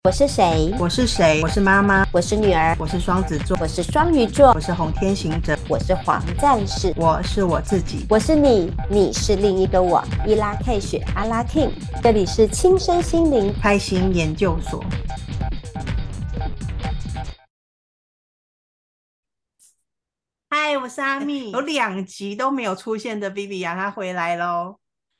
我是谁？ 我是谁？我是妈妈， 我是女儿， 我是双子座， 我是双鱼座， 我是红天行者， 我是黄战士， 我是我自己， 我是你，你是另一个我。伊拉 K 雪阿拉 King， 这里是轻身心灵开心研究所。嗨，我是阿蜜。有2集都没有出现的 Vivian， 她回来咯。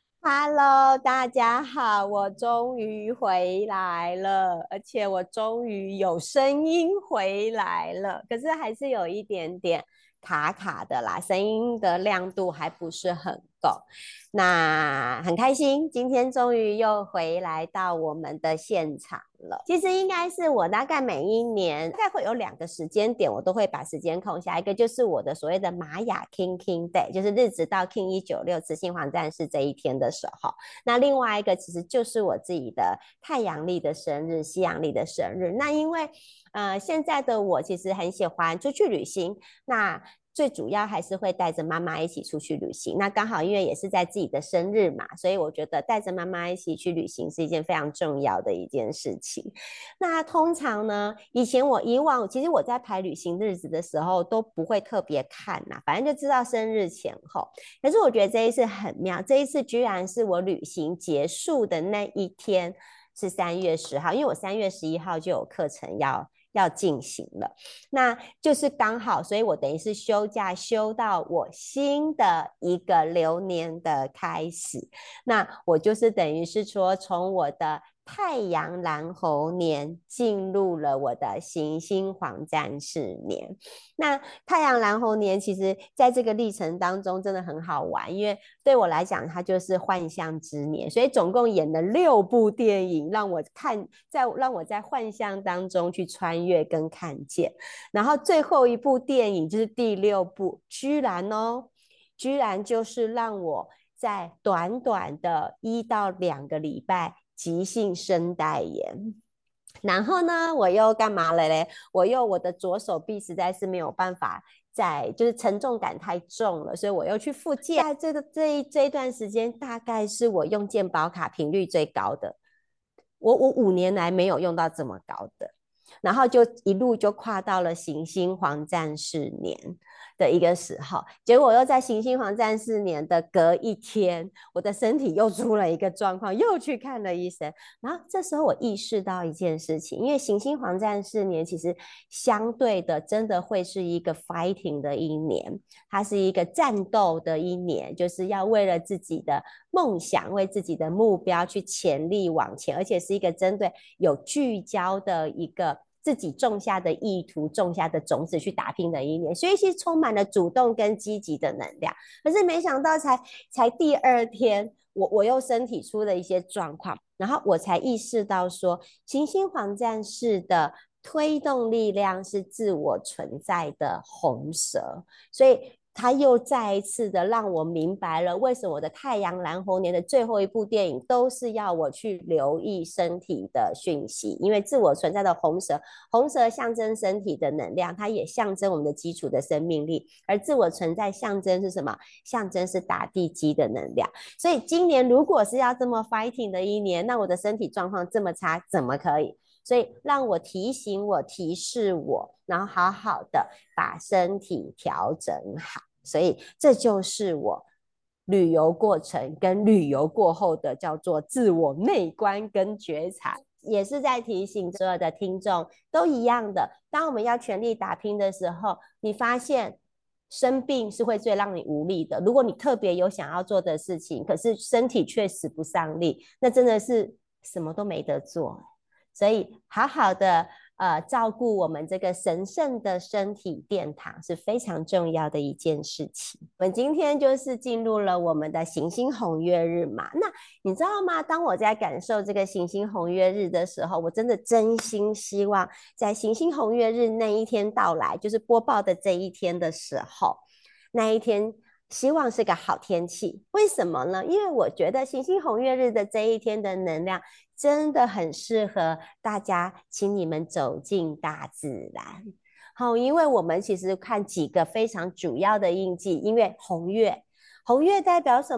Hello，大家好，我终于回来了，而且我终于有声音回来了，可是还是有一点点卡卡的啦，声音的亮度还不是很够。那很开心，今天终于又回来到我们的现场了。其实应该是我大概每一年大概会有2个时间点，我都会把时间空下，一个就是我的所谓的玛雅 King Day， 就是日子到 King 196雌性黄战士这一天的时候，那另外一个其实就是我自己的太阳历的生日，西洋历的生日。那因为现在的我其实很喜欢出去旅行，那最主要还是会带着妈妈一起出去旅行。那刚好因为也是在自己的生日嘛，所以我觉得带着妈妈一起去旅行是一件非常重要的一件事情。那通常呢，以往其实我在排旅行日子的时候都不会特别看啦，反正就知道生日前后。可是我觉得这一次很妙，这一次居然是我旅行结束的那一天是3月10号，因为我3月11号就有课程要进行了，那就是刚好，所以我等于是休假休到我新的一个流年的开始。那我就是等于是说，从我的太阳蓝猴年进入了我的行星黄战士年。那太阳蓝猴年其实在这个历程当中真的很好玩，因为对我来讲它就是幻象之年，所以总共演了6部电影让我在幻象当中去穿越跟看见。然后最后一部电影就是第6部，居然就是让我在短短的1到2个礼拜急性声带炎。然后呢，我又干嘛了嘞？我的左手臂实在是没有办法就是承重感太重了，所以我又去复健。在这一段时间，大概是我用健保卡频率最高的，我5年来没有用到这么高的。然后就一路就跨到了行星黄战士年的一个时候，结果又在行星黄战士年的隔一天，我的身体又出了一个状况，又去看了医生。然后这时候我意识到一件事情，因为行星黄战士年其实相对的真的会是一个 fighting 的一年，它是一个战斗的一年，就是要为了自己的梦想，为自己的目标去全力往前，而且是一个针对有聚焦的一个自己种下的意图、种下的种子去打拼的一年，所以其实充满了主动跟积极的能量。可是没想到才第2天，我又身体出了一些状况，然后我才意识到说，行星黄战士的推动力量是自我存在的红蛇，所以他又再一次的让我明白了为什么我的太阳蓝猴年的最后一部电影都是要我去留意身体的讯息，因为自我存在的红蛇象征身体的能量，它也象征我们的基础的生命力，而自我存在象征是什么？象征是打地基的能量。所以今年如果是要这么 fighting 的一年，那我的身体状况这么差，怎么可以？所以让我提醒我、提示我，然后好好的把身体调整好。所以这就是我旅游过程跟旅游过后的叫做自我内观跟觉察，也是在提醒所有的听众都一样的。当我们要全力打拼的时候，你发现生病是会最让你无力的。如果你特别有想要做的事情，可是身体却使不上力，那真的是什么都没得做。所以好好的照顾我们这个神圣的身体殿堂是非常重要的一件事情。我们今天就是进入了我们的行星红月日嘛，那你知道吗？当我在感受这个行星红月日的时候，我真的真心希望在行星红月日那一天到来，就是播报的这一天的时候，那一天希望是个好天气。为什么呢？因为我觉得行星红月日的这一天的能量真的很适合大家，请你们走进大自然。好，因为我们其实看几个非常主要的印记，因为红月代表什么？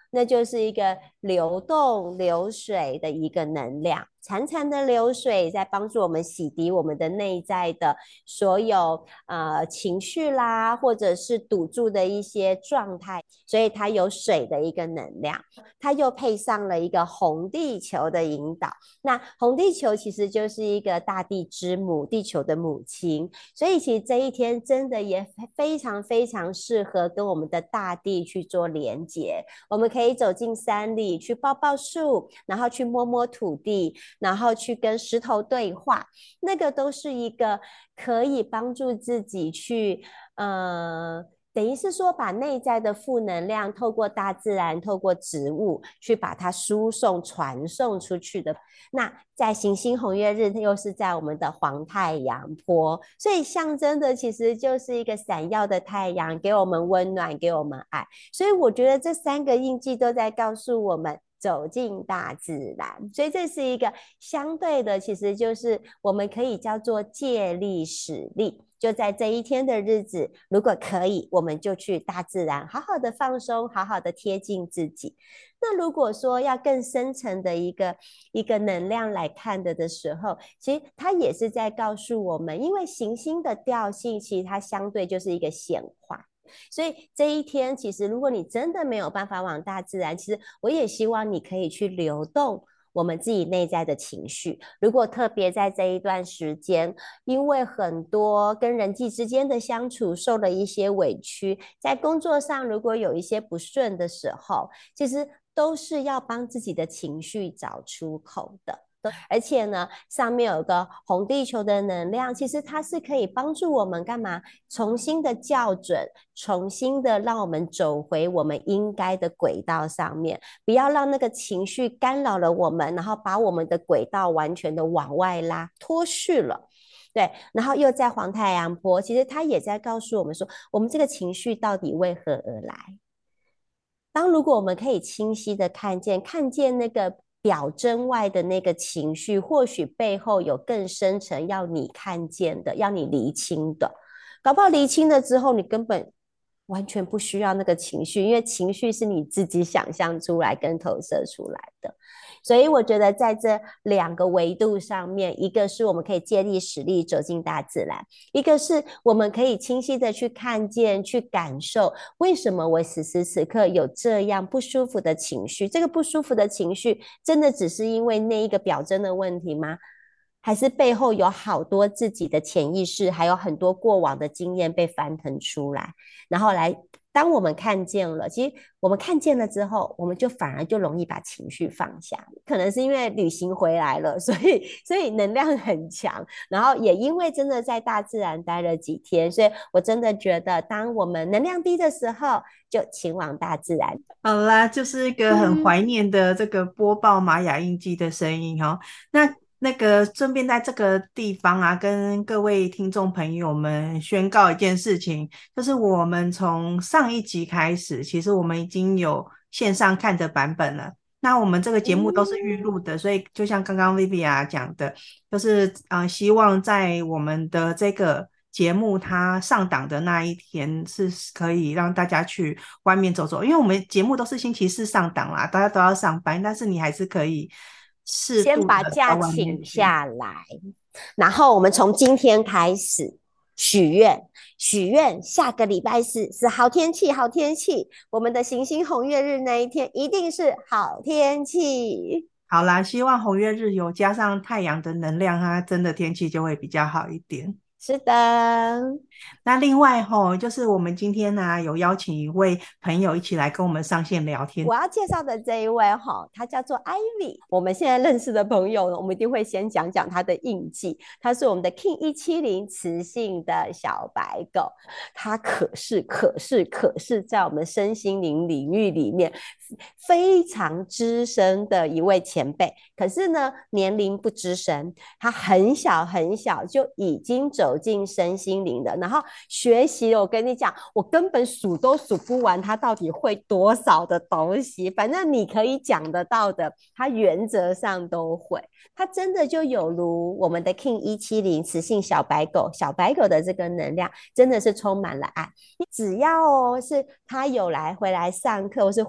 那就是一个流动流水的一个能量，潺潺的流水在帮助我们洗涤我们的内在的所有情绪啦，或者是堵住的一些状态，所以它有水的一个能量，它又配上了一个红地球的引导。那红地球其实就是一个大地之母，地球的母亲，所以其实这一天真的也非常非常适合跟我们的大地去做连结。我们可以走进山里去抱抱树，然后去摸摸土地，然后去跟石头对话，那个都是一个可以帮助自己去等于是说把内在的负能量透过大自然透过植物去把它输送传送出去的。那在行星红月日又是在我们的黄太阳坡，所以象征的其实就是一个闪耀的太阳，给我们温暖，给我们爱。所以我觉得这3个印记都在告诉我们走进大自然，所以这是一个相对的，其实就是我们可以叫做借力使力。就在这一天的日子，如果可以，我们就去大自然好好的放松，好好的贴近自己。那如果说要更深层的一个能量来看的时候，其实它也是在告诉我们，因为行星的调性其实它相对就是一个显化，所以这一天其实如果你真的没有办法往大自然，其实我也希望你可以去流动我们自己内在的情绪。如果特别在这一段时间，因为很多跟人际之间的相处受了一些委屈，在工作上如果有一些不顺的时候，其实都是要帮自己的情绪找出口的。而且呢，上面有个红地球的能量，其实它是可以帮助我们干嘛？重新的校准，重新的让我们走回我们应该的轨道上面，不要让那个情绪干扰了我们，然后把我们的轨道完全的往外拉，脱序了。对，然后又在黄太阳坡，其实它也在告诉我们说，我们这个情绪到底为何而来？当如果我们可以清晰的看见那个表征外的那个情绪，或许背后有更深层要你看见的，要你厘清的。搞不好厘清了之后，你根本完全不需要那个情绪，因为情绪是你自己想象出来跟投射出来的。所以我觉得在这2个维度上面，一个是我们可以借力使力走进大自然，一个是我们可以清晰的去看见去感受为什么我此时此刻有这样不舒服的情绪。这个不舒服的情绪真的只是因为那一个表征的问题吗？还是背后有好多自己的潜意识，还有很多过往的经验被翻腾出来，然后来当我们看见了，其实我们看见了之后，我们就反而就容易把情绪放下。可能是因为旅行回来了，所以能量很强，然后也因为真的在大自然待了几天，所以我真的觉得，当我们能量低的时候，就前往大自然。 好啦，就是一个很怀念的这个播报玛雅印记的声音哈。那个顺便在这个地方啊，跟各位听众朋友们宣告一件事情，就是我们从上一集开始，其实我们已经有线上看的版本了。那我们这个节目都是预录的，所以就像刚刚 Vivian 讲的，就是希望在我们的这个节目它上档的那一天是可以让大家去外面走走，因为我们节目都是星期四上档啦，大家都要上班，但是你还是可以适先度的把假到外面请去。 下来，然后我们从今天开始许愿，下个礼拜四是好天气，好天气，我们的行星红月日那一天一定是好天气。 好啦，希望红月日有加上太阳的能量，它真的天气就会比较好一点。 是的， 那另外就是我们今天呢、有邀请一位朋友一起来跟我们上线聊天。 我要介绍的这一位他叫做 Ivy。我们现在认识的朋友呢，我们一定会先讲讲他的印记。他是我们的 King 170磁性的小白狗，他可是在我们身心灵领域里面非常资深的一位前辈。可是呢，年龄不资深，他很小很小就已经走进身心灵的，然后学习了。我跟你讲，我根本数都数不完他到底会多少的东西。反正你可以讲得到的，他原则上都会。他真的就有如我们的 King 170磁性小白狗，小白狗的这个能量真的是充满了爱。只要是他有回来上课或是回来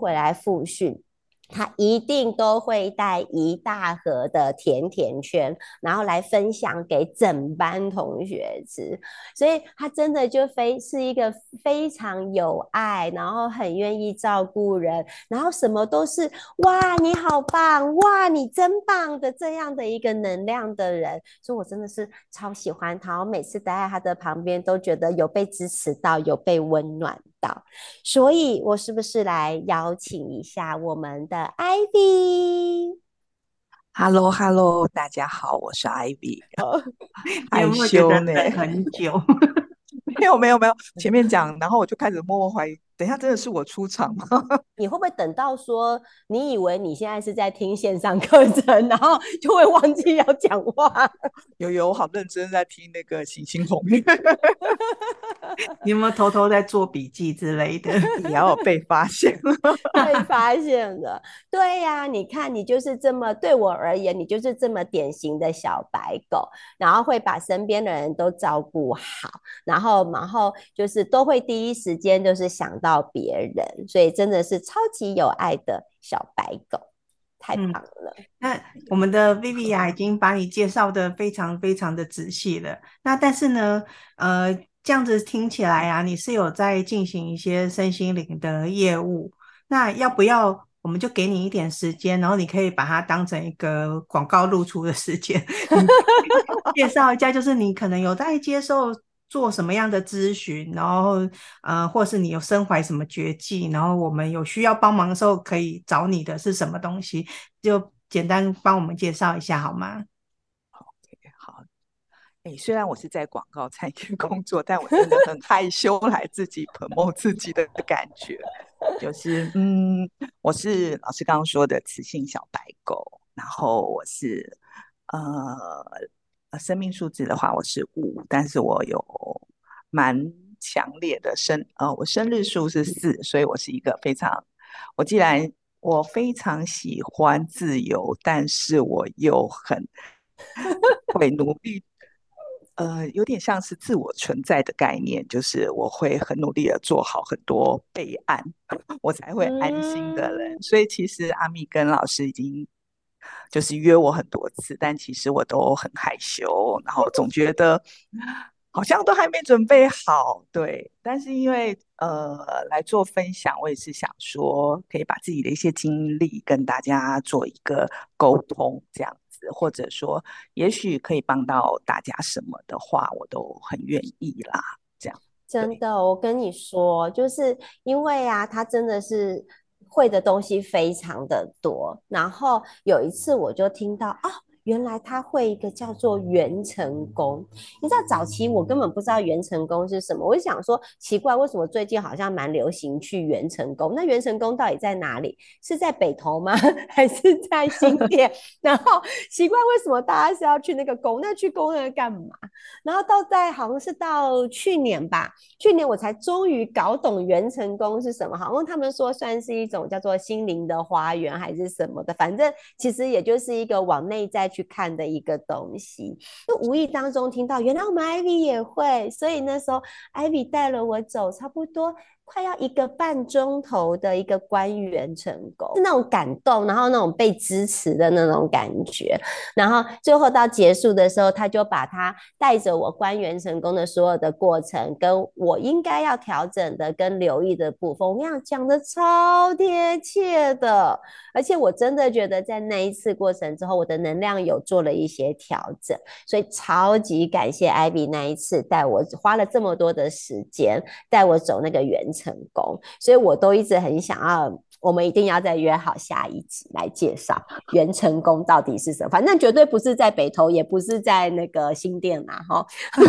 复训，他一定都会带一大盒的甜甜圈，然后来分享给整班同学吃。所以他真的是一个非常有爱，然后很愿意照顾人，然后什么都是哇你好棒，哇你真棒的这样的一个能量的人。所以我真的是超喜欢他，我每次待在他的旁边都觉得有被支持到，有被温暖到。所以我是不是来邀请一下我们的 Ivy？ Hello Hello，大家好，我是 Ivy， 哦， 你有害没有觉得羞呢？ 等很久？ 没有，前面讲，然后我就开始默默怀疑，等一下真的是我出场吗？ 你会不会等到说你以为你现在是在听线上课程，然后就会忘记要讲话？ 有，我好认真在听那个行星红月， 你有没有偷偷在做笔记之类的？ 也要有被发现。 被发现了，对呀、你看你就是这么对我而言，你就是这么典型的小白狗，然后会把身边的人都照顾好，然后就是都会第一时间就是想到别人，所以真的是超级有爱的小白狗，太嗯， 棒了。 那我们的 Vivian 已经把你介绍的非常非常的仔细了。那但是呢，这样子听起来啊，你是有在进行一些身心灵的业务。那要不要我们就给你一点时间，然后你可以把它当成一个广告露出的时间，你介绍一下，就是你可能有在接受做什么样的咨询，然后或是你有身怀什么绝技，然后我们有需要帮忙的时候可以找你的是什么东西，就简单帮我们介绍一下好吗？ 好，虽然我是在广告产业工作，但我真的很害羞来自己 promote 自己的感觉，就是我是老师刚刚说的雌性小白狗，然后我是生命数字的话我是5，但是我有蛮强烈的我生日数是4，所以我是一个我既然我非常喜欢自由，但是我又很会努力，有点像是自我存在的概念，就是我会很努力的做好很多备案，我才会安心的人。 嗯， 所以其实阿密跟老师已经就是约我很多次，但其实我都很害羞，然后总觉得好像都还没准备好，对。但是因为来做分享，我也是想说可以把自己的一些经历跟大家做一个沟通，这样子，或者说也许可以帮到大家什么的话，我都很愿意啦，这样。对。 真的，我跟你说，就是因为啊，他真的是会的东西非常的多。然后有一次我就听到，哦，原来他会一个叫做元成功。你知道早期我根本不知道元成功是什么，我就想说奇怪，为什么最近好像蛮流行去元成功？那元成功到底在哪里？是在北投吗？还是在新店？然后奇怪，为什么大家是要去那个宫？那去宫那个干嘛？然后好像是到去年吧，去年我才终于搞懂元成功是什么，好像他们说算是一种叫做心灵的花园还是什么的，反正其实也就是一个往内在去看的一个东西。就无意当中听到，原来我们 Ivy 也会，所以那时候 Ivy 带了我走差不多快要1个半钟头的一个关元成功，是那种感动，然后那种被支持的那种感觉。然后最后到结束的时候，他就把他带着我关元成功的所有的过程，跟我应该要调整的跟留意的部分，我跟你讲的超贴切的，而且我真的觉得在那一次过程之后，我的能量有做了一些调整，所以超级感谢 Ivy 那一次带我花了这么多的时间带我走那个元成功，所以我都一直很想要。我们一定要再约好下一集来介绍元成功到底是什么，反正绝对不是在北投，也不是在那个新店啦，哈。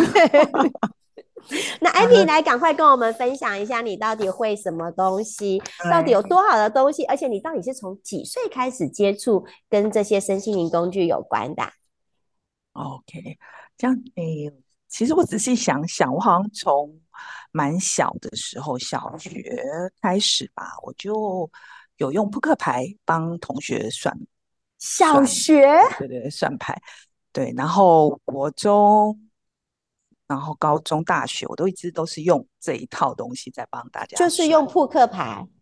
那 Ivy 来赶快跟我们分享一下，你到底会什么东西，到底有对， 多好的东西，而且你到底是从几岁开始接触跟这些身心灵工具有关的啊？ OK，这样其实我仔细想想，我好像从蛮小的时候，小学开始吧，我就有用扑克牌帮同学小算， 学对，算牌，对，然后国中，然后高中、大学，我都一直都是用这一套东西在帮大家就是算。 用扑克牌。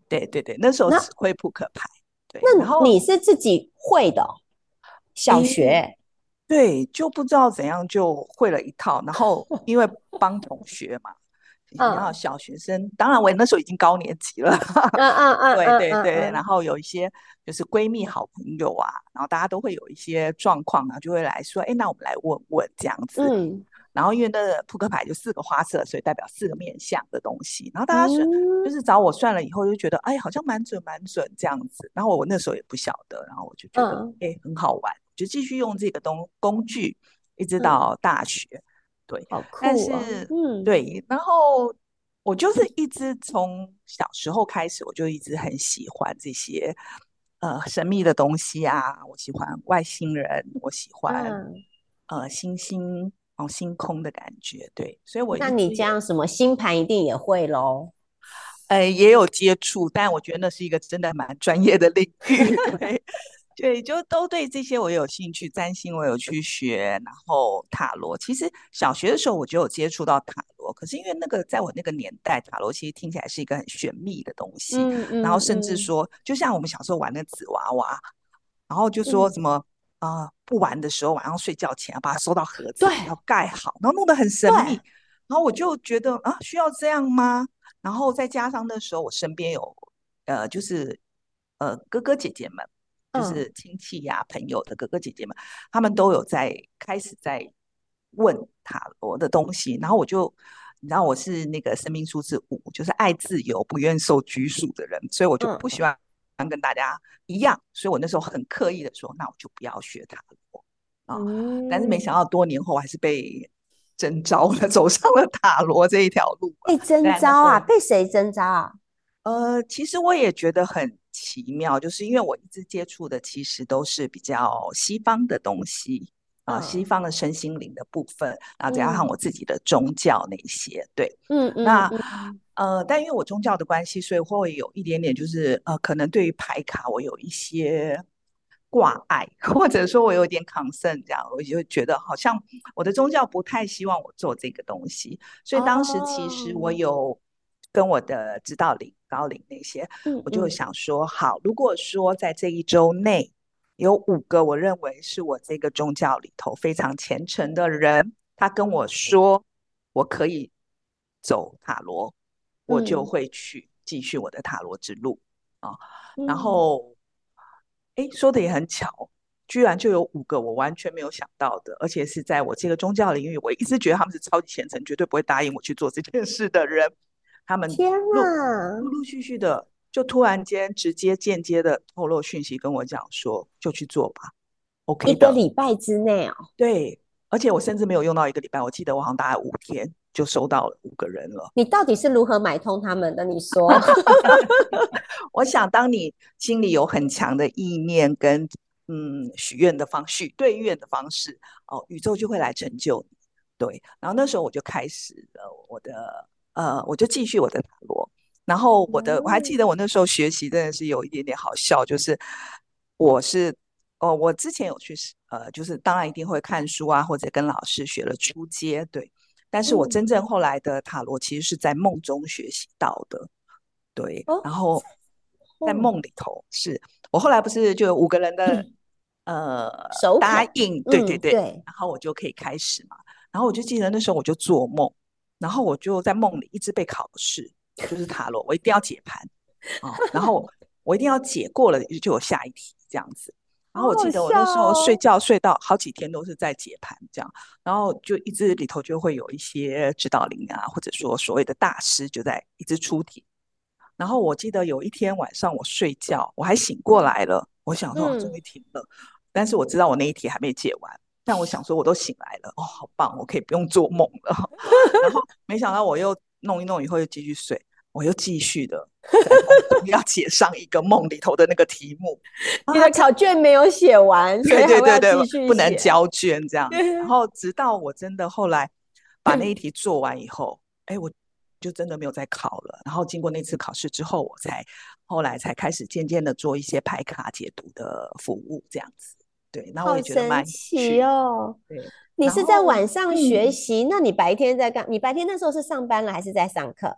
对对对，那时候那只会扑克牌。对，然那后你是自己会的哦小诶， 学？ 对，就不知道怎样就会了一套，然后因为帮同学嘛，你要嗯小学生，当然我那时候已经高年级了， 嗯嗯嗯对嗯对对，然嗯嗯后有一些就是闺蜜好朋友啊，然后大家都会有一些状况啊，就会来说，哎，那我们来问问这样子。 嗯然后因为那个扑克牌就四个花色，所以代表四个面相的东西。然后大家是就嗯是找我算了以后，就觉得哎，好像蛮准蛮准这样子。然后我那时候也不晓得，然后我就觉得嗯哎很好玩，就继续用这个工具，一直嗯， 到大学。对， 好但酷哦， 是嗯对，然后我就是一直从小时候开始，我就一直很喜欢这些神秘的东西啊，我喜欢外星人，我喜欢嗯， 星星哦星空的感觉，对，所以我那一直有你这样什么星盘一定也会咯。 也有接触，但我觉得那是一个真的蛮专业的领域，对。对，就都对这些我有兴趣，占星我有去学，然后塔罗，其实小学的时候我就有接触到塔罗，可是因为那个在我那个年代，塔罗其实听起来是一个很玄秘的东西， 嗯然后嗯嗯甚至说，就像我们小时候玩的纸娃娃，然后就说嗯， 什么不玩的时候晚上睡觉前要把它收到盒子对里，要盖好，然后弄得很神对， 秘，然后我就觉得啊，需要这样吗？然后再加上那时候我身边有就是哥哥姐姐们。就嗯是亲戚呀、朋友的哥哥姐姐们，他们都有开始在问塔罗的东西，然后我就，你知道我是那个生命数字5，就是爱自由、不愿受拘束的人，所以我就不喜嗯欢跟大家一样，所以我那时候很刻意的说，那我就不要学塔罗啊，但是没想嗯， 到多年后还是被征召了，走上了塔罗这一条路啊。 被征但那时候召啊？被谁征召啊？ 其实我也觉得很奇妙，就是因为我一直接触的其实都是比较西方的东西西嗯方的身心灵的部分，然后再加上我嗯自己的宗教那些，对。 嗯嗯那嗯但因为我宗教的关系，所以会有一点点就是可能对于牌卡我有一些挂碍，或者说我有点 concern，这样我就觉得好像我的宗教不太希望我做这个东西，所以当时其实我哦， 有跟我的指导灵、高灵那些，我就嗯嗯想说，好，如果说在这一周内有5个我认为是我这个宗教里头非常虔诚的人，他跟我说我可以走塔罗，我就嗯会去继续我的塔罗之路啊。然嗯， 后，哎，说的也很巧，居然就有5个我完全没有想到的，而且是在我这个宗教领域，我一直觉得他们是超级虔诚，绝对不会答应我去做这件事的人，他们天陆啊， 陆陆续续的，就突然间直接间接的透露讯息跟我讲说，就去做吧一 ，OK 的。 个礼拜之内哦， 对，而且我甚至没有用到1个礼拜，我记得我好像大概5天就收到了5个人了。 你到底是如何买通他们的？你说， 我想，当你心里有很强的意念跟许愿的许对愿的方式，哦，宇宙就会来成就你。对，然后那时候我就开始了我就继续我的塔罗。然后我还记嗯得我那时候学习真的是有一点点好笑，就是我是我之前有去就是当然一定会看书啊，或者跟老师学了初阶，对。但是我嗯， 真正后来的塔罗其实是在梦中学习到的，对， 哦然后在哦， 梦里头是我后来不是就有5个人的首肯， 答应，对对对， 嗯对， 然后我就可以开始嘛。然后我就记得那时候我就做梦，然后我就在梦里一直被考试，就是塔罗，我一定要解盘然后我一定要解过了就有下一题这样子。然后我记得我好好笑那时候睡哦， 觉睡到好几天都是在解盘这样，然后就一直里头就会有一些指导灵啊，或者说所谓的大师就在一直出题。然后我记得有一天晚上我睡觉，我还醒过来了，我想说终嗯， 于停了，但是我知道我那一题还没解完，但我想说我都醒来了，哦，好棒，我可以不用做梦了。然后没想到我又弄一弄以后又继续睡，我又继续的在梦中要解上一个梦里头的那个题目。然后他真你的考卷没有写完，所以还会对对对对， 要继续不能写。 交卷这样子。然后直到我真的后来把那一题做完以后，哎，我就真的没有再考了。然后经过那次考试之后，后来才开始渐渐的做一些牌卡解读的服务这样子。对，那我好也觉得蛮有神奇趣。 哦！ 对， 你是在然后晚上学习，那你白天在干？你白天那时候是上班了还是在上课？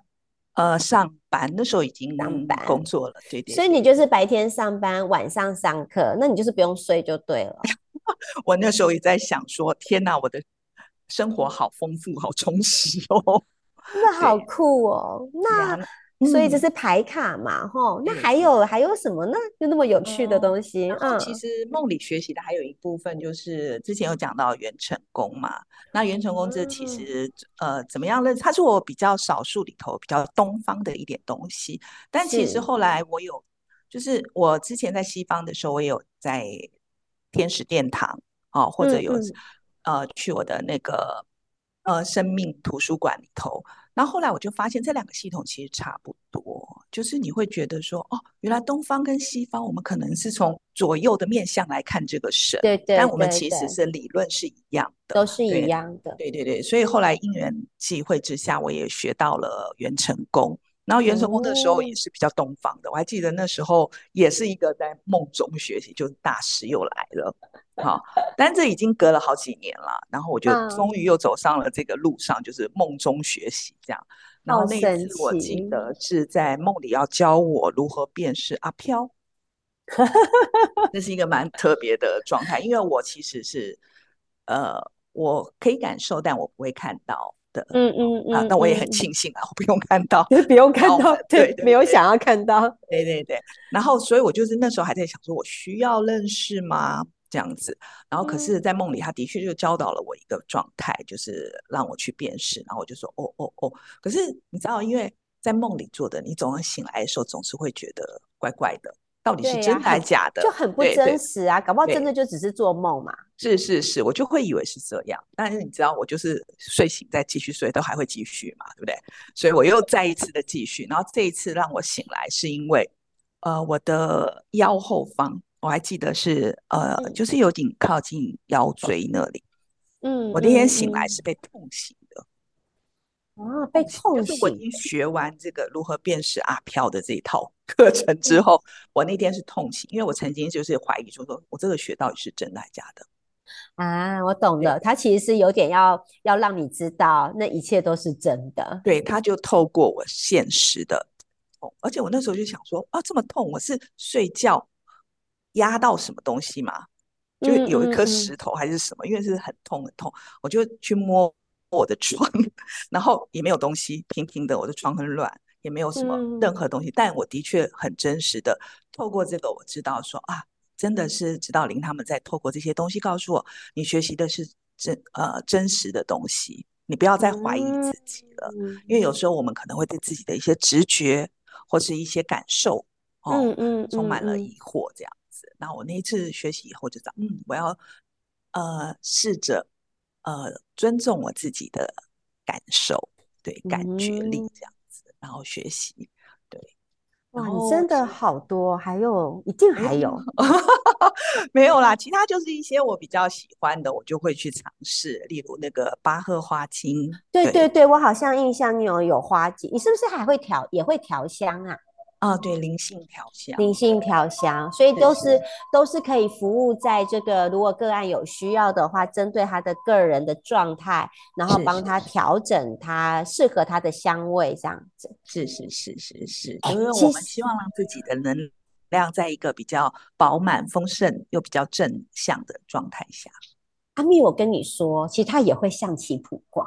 上班那时候已经上班， 工作了，对对所以你对。 就是白天上班，晚上上课，那你就是不用睡就对了。 我那时候也在想说，天哪，我的生活好丰富，好充实哦。 真的好对酷哦！ 对啊， 所以这嗯， 是牌卡嘛，吼，那对对。 还有什么呢？就那么有趣的东西， 然后其实梦里学习的还有一部分就是之前有讲到元成功嘛，那元成功这其嗯， 实怎么样认识？它是我比较少数里头比较东方的一点东西，但其实是， 后来我有，就是我之前在西方的时候，我也有在天使殿堂哦，或者有嗯， 去我的那个生命图书馆里头。然后后来我就发现这两个系统其实差不多，就是你会觉得说，哦，原来东方跟西方，我们可能是从左右的面向来看这个神， 对对但我们对对， 其实是理论是一样的。 都是一对样的。 对对对，所以后来因缘际会之下，我也学到了元成功。然后元成功的时候也哦， 是比较东方的，我还记得那时候也是一个在梦中学习，就是大师又来了。好，但这已经隔了好几年了，然后我就终嗯， 于又走上了这个路上，就是梦中学习这样。然后那一好神次我记奇。 得是在梦里要教我如何辨识阿飘，这是一个蛮特别的状态，因为我其实是我可以感受，但我不会看到的。 嗯嗯啊， 嗯那我也很嗯， 庆幸啊，我不用看到。 不用然后我们看到，对，没对对对有想要看到。 对对对，然后所以我就是那时候还在想说，我需要认识吗？这样子，然后可是， 嗯， 在梦里，他的确就教导了我一个状态，就是让我去辨识，然后我就说，哦哦哦。可是你知道，因为在梦里做的，你总是醒来的时候总是会觉得怪怪的，到底是对呀， 真的还是假的？ 就很不对对真实啊，搞不好真的对， 就只是做梦嘛。 是是是，我就会以为是这样，但是你知道，我就是睡醒再继续睡，都还会继续嘛，对不对？所以我又再一次的继续，然后这一次让我醒来，是因为我的腰后方，我还记得是嗯就是有点靠近腰椎那里， 嗯我那天醒来嗯嗯， 是被痛醒的， 啊，被痛醒就是我已痛醒。 经学完这个如何辨识阿飘的这一套课程之嗯后，我那天是痛醒，因为我曾经就是怀疑说我这个学到底是真的还是假的。 啊，我懂对， 了，他其实是有点要让你知道，那一切都是真的。 对，他就透过我现实的痛，而且我那时候就想说，啊，这么痛，我是睡觉压到什么东西吗？就嗯有一颗石嗯嗯头还是什么，因为是很痛很痛，我就去摸我的床，然后也没有东西，平平的，我的床很软，也没有什么任嗯何东西，但我的确很真实的透过这个，我知道说啊，真的是指导灵他们在透过这些东西告诉我，你学习的是真实的东西，你不要再怀疑嗯自己了，因为嗯有时候我们可能会对自己的一些直觉或是一些感受哦， 嗯嗯充满了嗯疑惑这样子。那我那一次学习以后就讲，我要试着尊重我自己的感受，对，感觉力嗯， 这样子，然后学习，对，然哇，你后真的好多，还有一定还有。 没有啦，其他就是一些我比较喜欢的，我就会去尝试，例如那个巴赫花精，对对对对，我好像印象你有花季，你是不是还会调，也会调香啊？ 啊，对，灵性调香， 灵性调香，所以是是都是可以服务在这个，如果个案有需要的话，针对他的个人的状态，然后帮他是是是调整他适合他的香味，这样子。 是是是是是， 哎， 因为我其实们希望让自己的能量在一个比较饱满、丰盛又比较正向的状态下。 阿蜜，我跟你说，其实他也会象棋卜卦。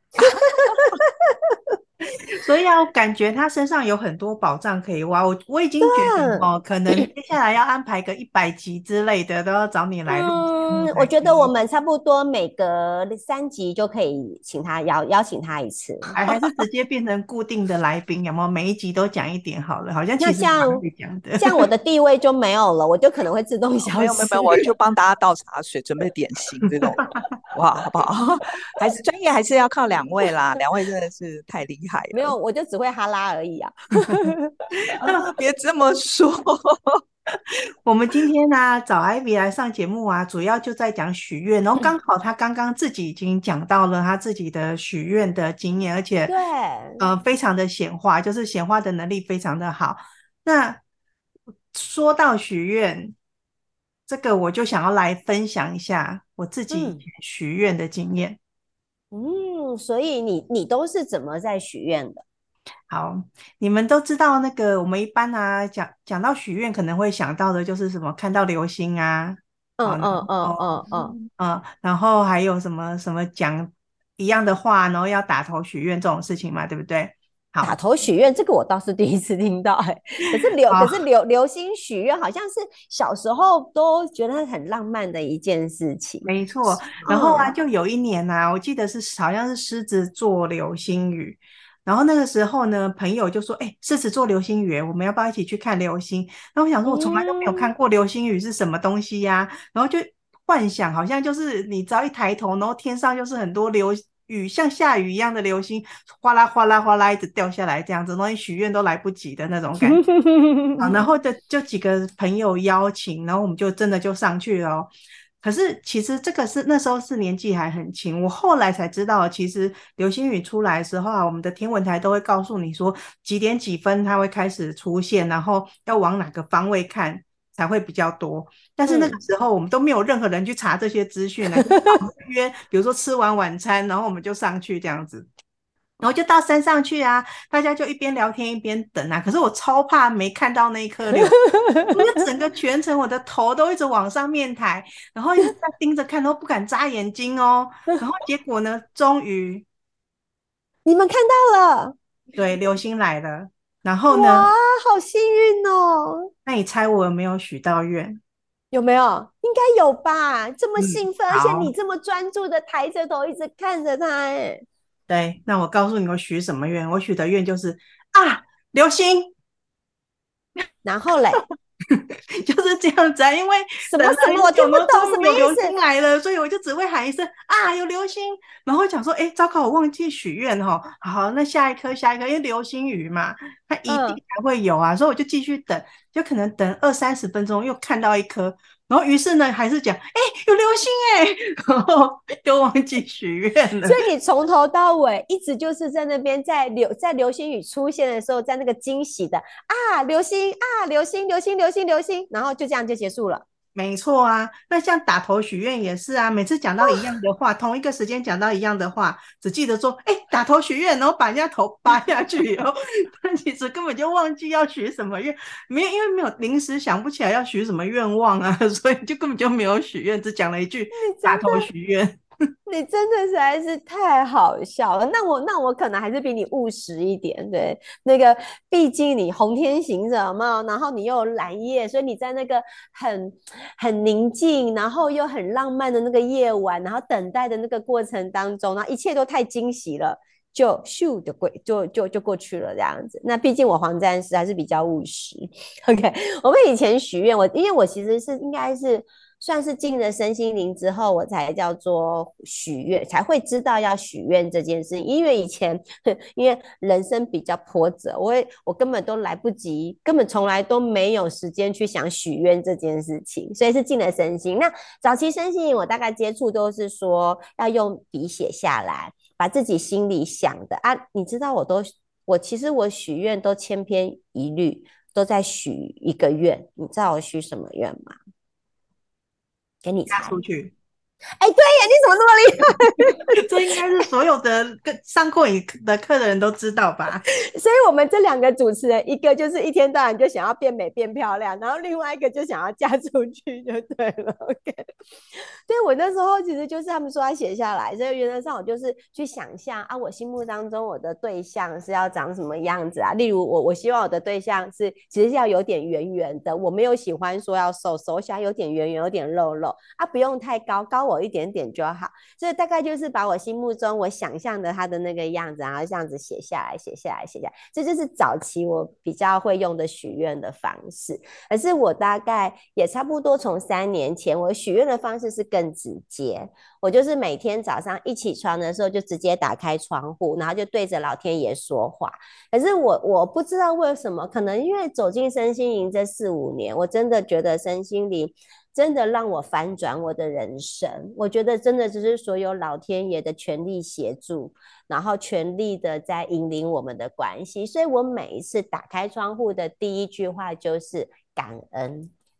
所以啊，感觉他身上有很多宝藏可以挖。我已经觉得嗯， 哦，可能接下来要安排个100集之类的，都要找你来录节目我才可以。 觉得我们差不多每隔3集就可以请他邀请他一次。 还是直接变成固定的来宾，有没有？每一集都讲一点好了，好像那其实蛮像会讲的。 这样我的地位就没有了，我就可能会自动消失。 没有没有没有，我就帮大家倒茶水，准备点心这种，哇，好不好？还是专业，还是要靠两位啦，两位真的是太厉害没有， 了我就只会哈拉而已啊。 啊！别这么说， 我们今天呢、找 Ivy 来上节目啊，主要就在讲许愿，然后刚好他刚刚自己已经讲到了他自己的许愿的经验，而且对， 非常的显化，就是显化的能力非常的好。那说到许愿，这个我就想要来分享一下我自己以嗯前许愿的经验。 所以你都是怎么在许愿的？ 好，你们都知道那个我们一般啊讲到许愿，可能会想到的就是什么看到流星啊，好，然嗯嗯嗯后嗯嗯， 然后还有什么什么讲一样的话，然后要打头许愿这种事情嘛，对不对？ 打好， 头许愿，这个我倒是第一次听到、欸。可是好， 流星许愿好像是小时候都觉得很浪漫的一件事情。 没错。然后啊， 嗯就有一年啊，我记得是好像是狮子座流星雨。然后那个时候呢，朋友就说：“哎，狮子座流星雨，我们要不要一起去看流星？”那我想说，我从来都没有看嗯， 过流星雨是什么东西呀、然后就幻想好像就是你只要一抬头，然后天上就是很多流雨，像下雨一样的流星，哗啦哗啦哗啦一直掉下来，这样子，然后你许愿都来不及的那种感觉。好，然后就几个朋友邀请，然后我们就真的就上去了哦。可是其实这个是那时候是年纪还很轻，我后来才知道，其实流星雨出来的时候啊，我们的天文台都会告诉你说几点几分它会开始出现，然后要往哪个方位看才会比较多。但是那个嗯， 时候我们都没有任何人去查这些资讯呢，就是我们约，比如说吃完晚餐，然后我们就上去这样子。然后就到山上去啊，大家就一边聊天一边等啊。可是我超怕没看到那一颗流，因为整个全程我的头都一直往上面抬，然后一直在盯着看，都不敢眨眼睛哦。然后结果呢，终于你们看到了， 对流星来了。然后呢， 哇，好幸运哦！ 那你猜我有没有许到愿？ 有没有？应该有吧？这么嗯， 兴奋，而且你好， 这么专注的抬着头，一直看着他，哎， 对，那我告诉你我许什么愿？我许的愿就是啊，流星。 然后嘞， 就是这样子啊，因为等了什么什么？我听很久呢， 不懂什么终于有流星意思。 来了，所以我就只会喊一声啊，有流星，然后讲说，哎，糟糕，我忘记许愿哈，好，那下一颗，下一颗，因为流星雨嘛，它一定嗯， 还会有啊，所以我就继续等，就可能等20-30分钟，又看到一颗，然后于是呢，还是讲，哎，有流星哎，然后又忘记许愿了。 所以你从头到尾一直就是在那边在流星雨出现的时候，在那个惊喜的啊流星啊流星流星流星流星，然后就这样就结束了。 没错啊，那像打头许愿也是啊，每次讲到一样的话，同一个时间讲到一样的话，只记得说，哎，打头许愿，然后把人家头扒下去以后，但其实根本就忘记要许什么愿，没有，因为没有临时想不起来要许什么愿望啊，所以就根本就没有许愿，只讲了一句你真的打头许愿。 你真的实在是太好笑了。那我可能还是比你务实一点，对，那个毕竟你红天行者嘛，然后你又有蓝夜，所以你在那个很宁静，然后又很浪漫的那个夜晚，然后等待的那个过程当中，然后一切都太惊喜了。就咻的过就过去了这样子。那毕竟我黄战士还是比较务实。OK，我们以前许愿，因为我其实是应该是算是进了身心灵之后，我才叫做许愿，才会知道要许愿这件事。因为以前因为人生比较波折，我根本都来不及，根本从来都没有时间去想许愿这件事情，所以是进了身心。那早期身心灵我大概接触都是说要用笔写下来，把自己心里想的啊，你知道我其实我许愿都千篇一律，都在许一个愿。你知道我许什么愿吗？给你嫁猜。 出去。 哎，对呀，你怎么那么厉害？ 这应该是所有的上过你的课的人都知道吧？ 所以我们这两个主持人，一个就是一天到晚就想要变美变漂亮，然后另外一个就想要嫁出去，就对了。OK，对我那时候其实就是他们说要写下来，所以原则上我就是去想象啊，我心目当中我的对象是要长什么样子啊？例如我希望我的对象是其实是要有点圆圆的，我没有喜欢说要瘦瘦，我想要有点圆圆，有点肉肉啊，不用太高，高我一点点就好。所以大概就是把我心目中我想象的他的那个样子，然后这样子写下来，写下来，写下来，这就是早期我比较会用的许愿的方式。可是我大概也差不多从3年前，我许愿的方式是更直接，我就是每天早上一起床的时候就直接打开窗户，然后就对着老天爷说话。可是我不知道为什么，可能因为走进身心灵这4-5年，我真的觉得身心灵真的让我反转我的人生。我觉得真的就是所有老天爷的全力协助，然后全力的在引领我们的关系。所以我每一次打开窗户的第一句话就是感恩。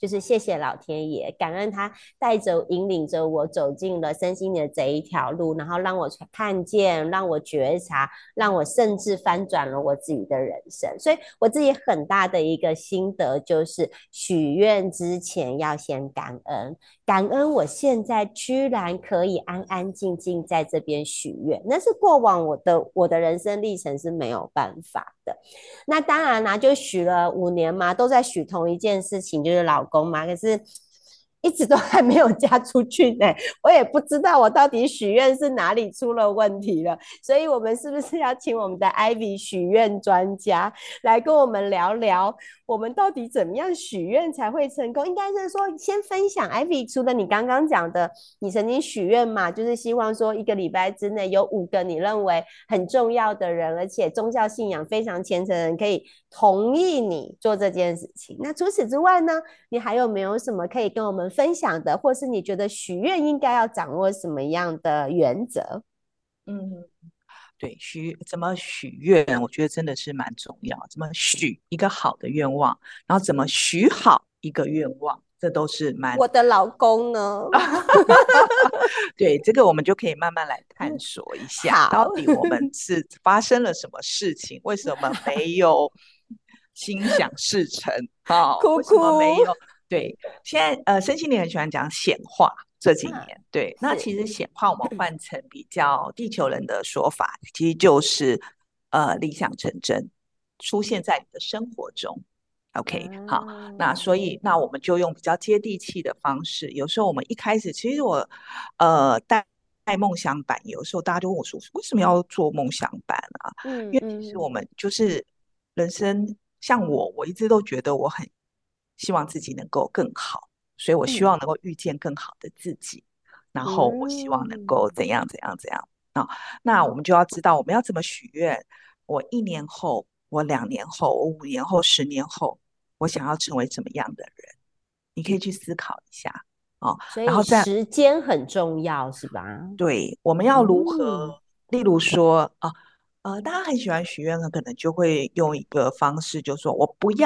就是谢谢老天爷，感恩他带着引领着我走进了身心的这一条路，然后让我看见，让我觉察，让我甚至翻转了我自己的人生。所以我自己很大的一个心得就是许愿之前要先感恩，感恩我现在居然可以安安静静在这边许愿，那是过往我的人生历程是没有办法的。那当然啦，就许了5年嘛，都在许同一件事情，就是老公嘛。可是一直都还没有嫁出去呢，我也不知道我到底许愿是哪里出了问题了。所以我们是不是要请我们的 Ivy 许愿专家来跟我们聊聊，我们到底怎么样许愿才会成功？应该是说先分享 Ivy， 除了你刚刚讲的，你曾经许愿嘛，就是希望说1个礼拜之内有5个你认为很重要的人，而且宗教信仰非常虔诚的人可以同意你做这件事情。那除此之外呢，你还有没有什么可以跟我们分享的，或是你觉得许愿应该要掌握什么样的原则？ 对，怎么许愿，我觉得真的是蛮重要。怎么许一个好的愿望，然后怎么许好一个愿望，这都是蛮…… 我的老公呢？ 对，这个我们就可以慢慢来探索一下，到底我们是发生了什么事情，为什么没有心想事成？ 哭哭， 为什么没有？对，现在身心灵很喜欢讲显化，这几年，对，那其实显化我们换成比较地球人的说法，其实就是理想成真，出现在你的生活中。OK， 好，那所以那我们就用比较接地气的方式。有时候我们一开始，其实我带梦想版，有时候大家就问我说，为什么要做梦想版啊？因为其实我们就是人生，像我一直都觉得我很希望自己能够更好，所以我希望能够遇见更好的自己，然后我希望能够怎样怎样怎样啊。那我们就要知道我们要怎么许愿。我1年后，我2年后，我5年后，10年后。我想要成为怎么样的人，你可以去思考一下所以时间很重要，是吧？ 对，我们要如何？例如说大家很喜欢许愿，可能就会用一个方式，就说我不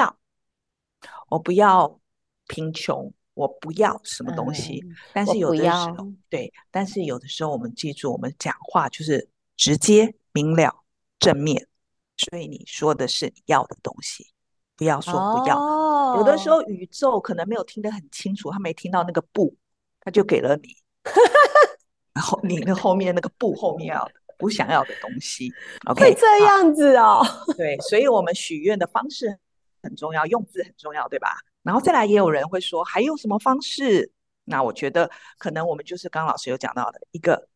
要贫穷，我不要什么东西。但是有的时候，对，但是有的时候我们记住，我们讲话就是直接明了正面，所以你说的是你要的东西。不要说不要，有的时候宇宙可能没有听得很清楚，他没听到那个不，他就给了你，然后你的后面那个不后面要的不想要的东西 ，OK， 会这样子哦。 对，所以我们许愿的方式很重要，用字很重要，对吧？然后再来也有人会说还有什么方式？那我觉得可能我们就是刚刚老师有讲到的一个，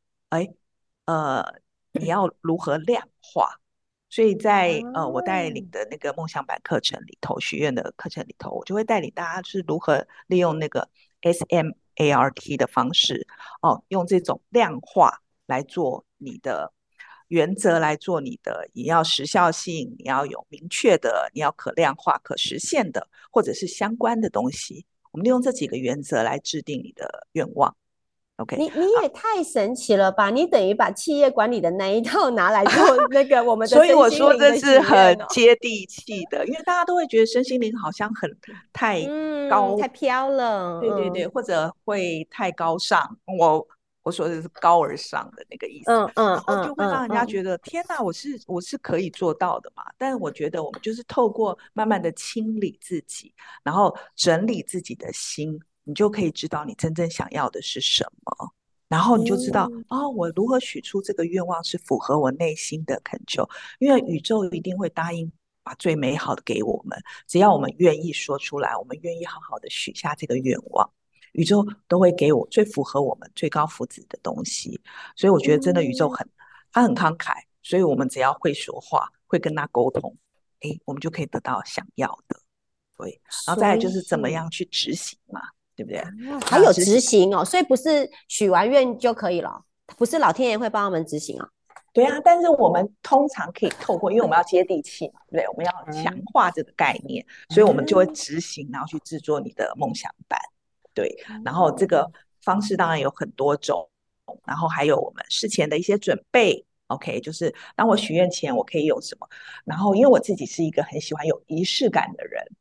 你要如何量化？所以在我带领的那个梦想版课程里头，许愿的课程里头，我就会带领大家是如何利用那个 SMART 的方式用这种量化来做你的原则，来做你的，你要时效性，你要有明确的，你要可量化、可实现的，或者是相关的东西。我们利用这几个原则来制定你的愿望。OK， 你也太神奇了吧！你等于把企业管理的那一套拿来做那个我们的所以我说这是很哦接地气的，因为大家都会觉得身心灵好像很太高、 太飘了， 对对对，或者会太高尚。我说的是高而上的那个意思，然后就会让人家觉得天哪，我是可以做到的嘛。但是我觉得我们就是透过慢慢的清理自己，然后整理自己的心，你就可以知道你真正想要的是什么，然后你就知道我如何许出这个愿望是符合我内心的恳求，因为宇宙一定会答应把最美好的给我们，只要我们愿意说出来，我们愿意好好的许下这个愿望，宇宙都会给我最符合我们最高福祉的东西。所以我觉得真的宇宙他很慷慨，所以我们只要会说话，会跟他沟通，我们就可以得到想要的。对，然后再来就是怎么样去执行嘛，对不对？ 还有执行哦，所以不是许完愿就可以了，不是老天爷会帮我们执行哦。 对啊，但是我们通常可以透过，因为我们要接地气嘛，对不对？我们要强化这个概念，所以我们就会执行，然后去制作你的梦想版。对，然后这个方式当然有很多种，然后还有我们事前的一些准备。OK， 就是当我许愿前，我可以有什么？然后因为我自己是一个很喜欢有仪式感的人，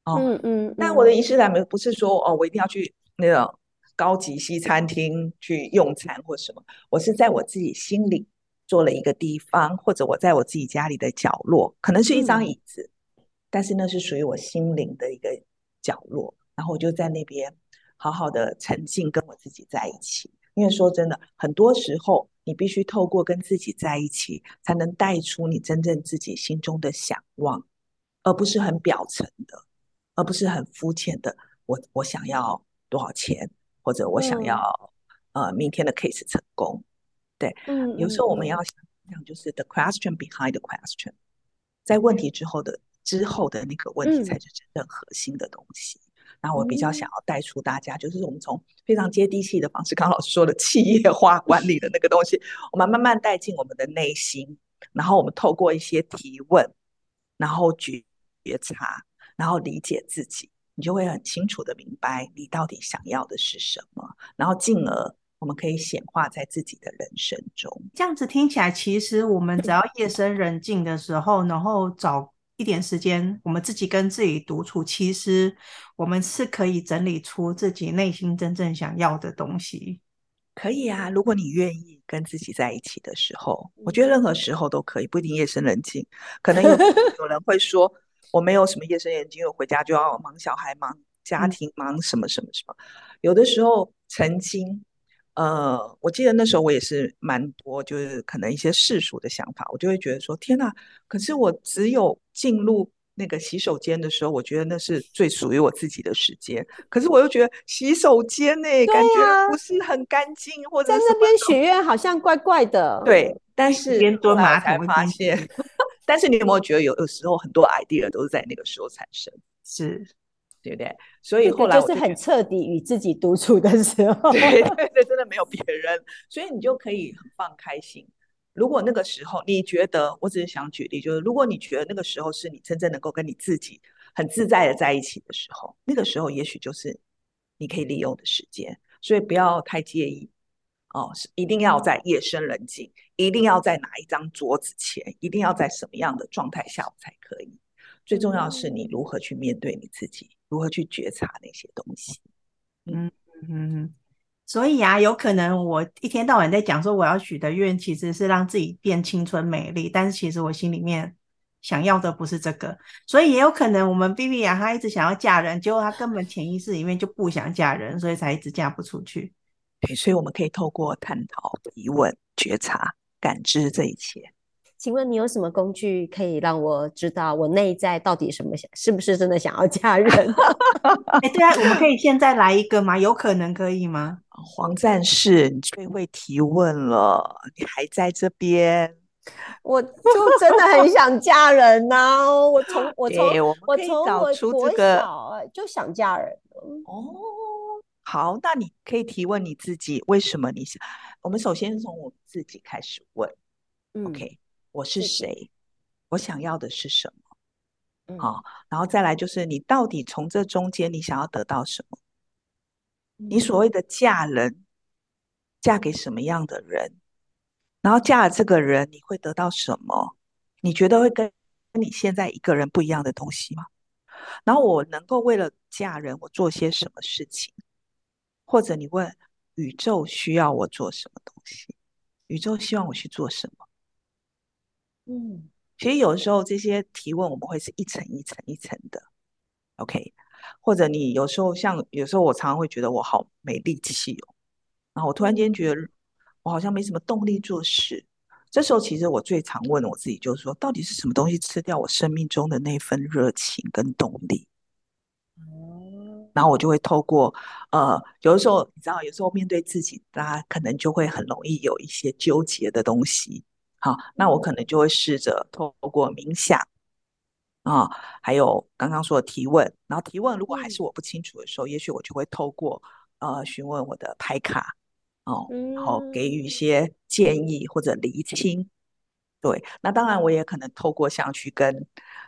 哦。 嗯嗯但我的嗯仪式感不是说哦，我一定要去那种高级西餐厅去用餐或什么，我是在我自己心里做了一个地方，或者我在我自己家里的角落，可能是一张嗯椅子，但是那是属于我心灵的一个角落，然后我就在那边好好的沉浸，跟我自己在一起。因为说真的，很多时候你必须透过跟自己在一起，才能带出你真正自己心中的想望，而不是很表层的，而不是很肤浅的。我想要多少钱，或者我想要嗯明天的 case 成功。对， 嗯有时候我们嗯要想就是 the question behind the question，在问题之后的那个问题才嗯是真正核心的东西。然后我比较想嗯要带出大家，就是我们从非常接地气的方式，刚刚老师说的企业化管理的那个东西，我们慢慢带进我们的内心，然后我们透过一些提问，然后觉察，然后理解自己，你就会很清楚的明白你到底想要的是什么，然后进而我们可以显化在自己的人生中。 这样子听起来，其实我们只要夜深人静的时候，然后找一点时间，我们自己跟自己独处，其实我们是可以整理出自己内心真正想要的东西。 可以啊，如果你愿意跟自己在一起的时候，我觉得任何时候都可以，不一定夜深人静。可能有人会说，我没有什么夜深人静，因为我回家就要忙小孩、忙家嗯， 庭、忙什么什么什么。有的时候曾经，我记得那时候我也是蛮多，就是可能一些世俗的想法，我就会觉得说，天哪！可是我只有进入那个洗手间的时候，我觉得那是最属于我自己的时间。可是我又觉得洗手间呢， 对感觉呀， 不是很干净，或在者什么那边许愿好像怪怪的。 对。但一是后边蹲马来我才桶一边洗发现，但是你有没有觉得有时候很多 idea 都是在那个时候产生， 是。 对不对？所以这个后来就是很我就觉得， 彻底与自己独处的时候。 对对对，真的没有别人，所以你就可以很放开心。如果那个时候你觉得，我只是想举例，就是如果你觉得那个时候是你真正能够跟你自己很自在的在一起的时候，那个时候也许就是你可以利用的时间。所以不要太介意哦，是一定要在夜深人静，一定要在哪一张桌子前，一定要在什么样的状态下才可以。最重要的是你如何去面对你自己，如何去觉察那些东西。嗯， 嗯嗯，所以啊，有可能我一天到晚在讲说我要许的愿其实是让自己变青春美丽，但是其实我心里面想要的不是这个，所以也有可能我们 B B 啊，她一直想要嫁人，结果她根本潜意识里面就不想嫁人，所以才一直嫁不出去。 对，所以我们可以透过探讨、提问、觉察、感知这一切。 请问你有什么工具可以让我知道我内在到底什么想，是不是真的想要嫁人？ 哎，对啊，我们可以现在来一个吗？有可能可以吗？ 黄战士，你最会提问了，你还在这边？ 我就真的很想嫁人呐、我从我从对，我们我可以从我找出这国个小就想嫁人了。 哦。好，那你可以提问你自己，为什么你想？我们首先从我们自己开始问嗯， ，OK，我是谢谢。 谁？我想要的是什么？ 嗯好，然后再来就是你到底从这中间你想要得到什么？你嗯所谓的嫁人，嫁给什么样的人？然后嫁了这个人，你会得到什么？你觉得会跟你现在一个人不一样的东西吗？然后我能够为了嫁人，我做些什么事情？或者你问宇宙需要我做什么东西？宇宙希望我去做什么？ 嗯其实有时候这些提问我们会是一层一层一层的，OK？或者你有时候有时候我常常会觉得我好没力气哦，然后我突然间嗯觉得我好像没什么动力做事。这时候其实我最常问我自己就是说，到底是什么东西吃掉我生命中的那份热情跟动力？ 哦然后我就会透过有的时候你知道，有时候面对自己，大家可能就会很容易有一些纠结的东西。好，那我可能就会试着透过冥想啊，还有刚刚说的提问，然后提问如果还嗯是我不清楚的时候，也许我就会透过询问我的牌卡哦，然后给予一嗯些建议或者厘清。对，那当然我也可能透过像去跟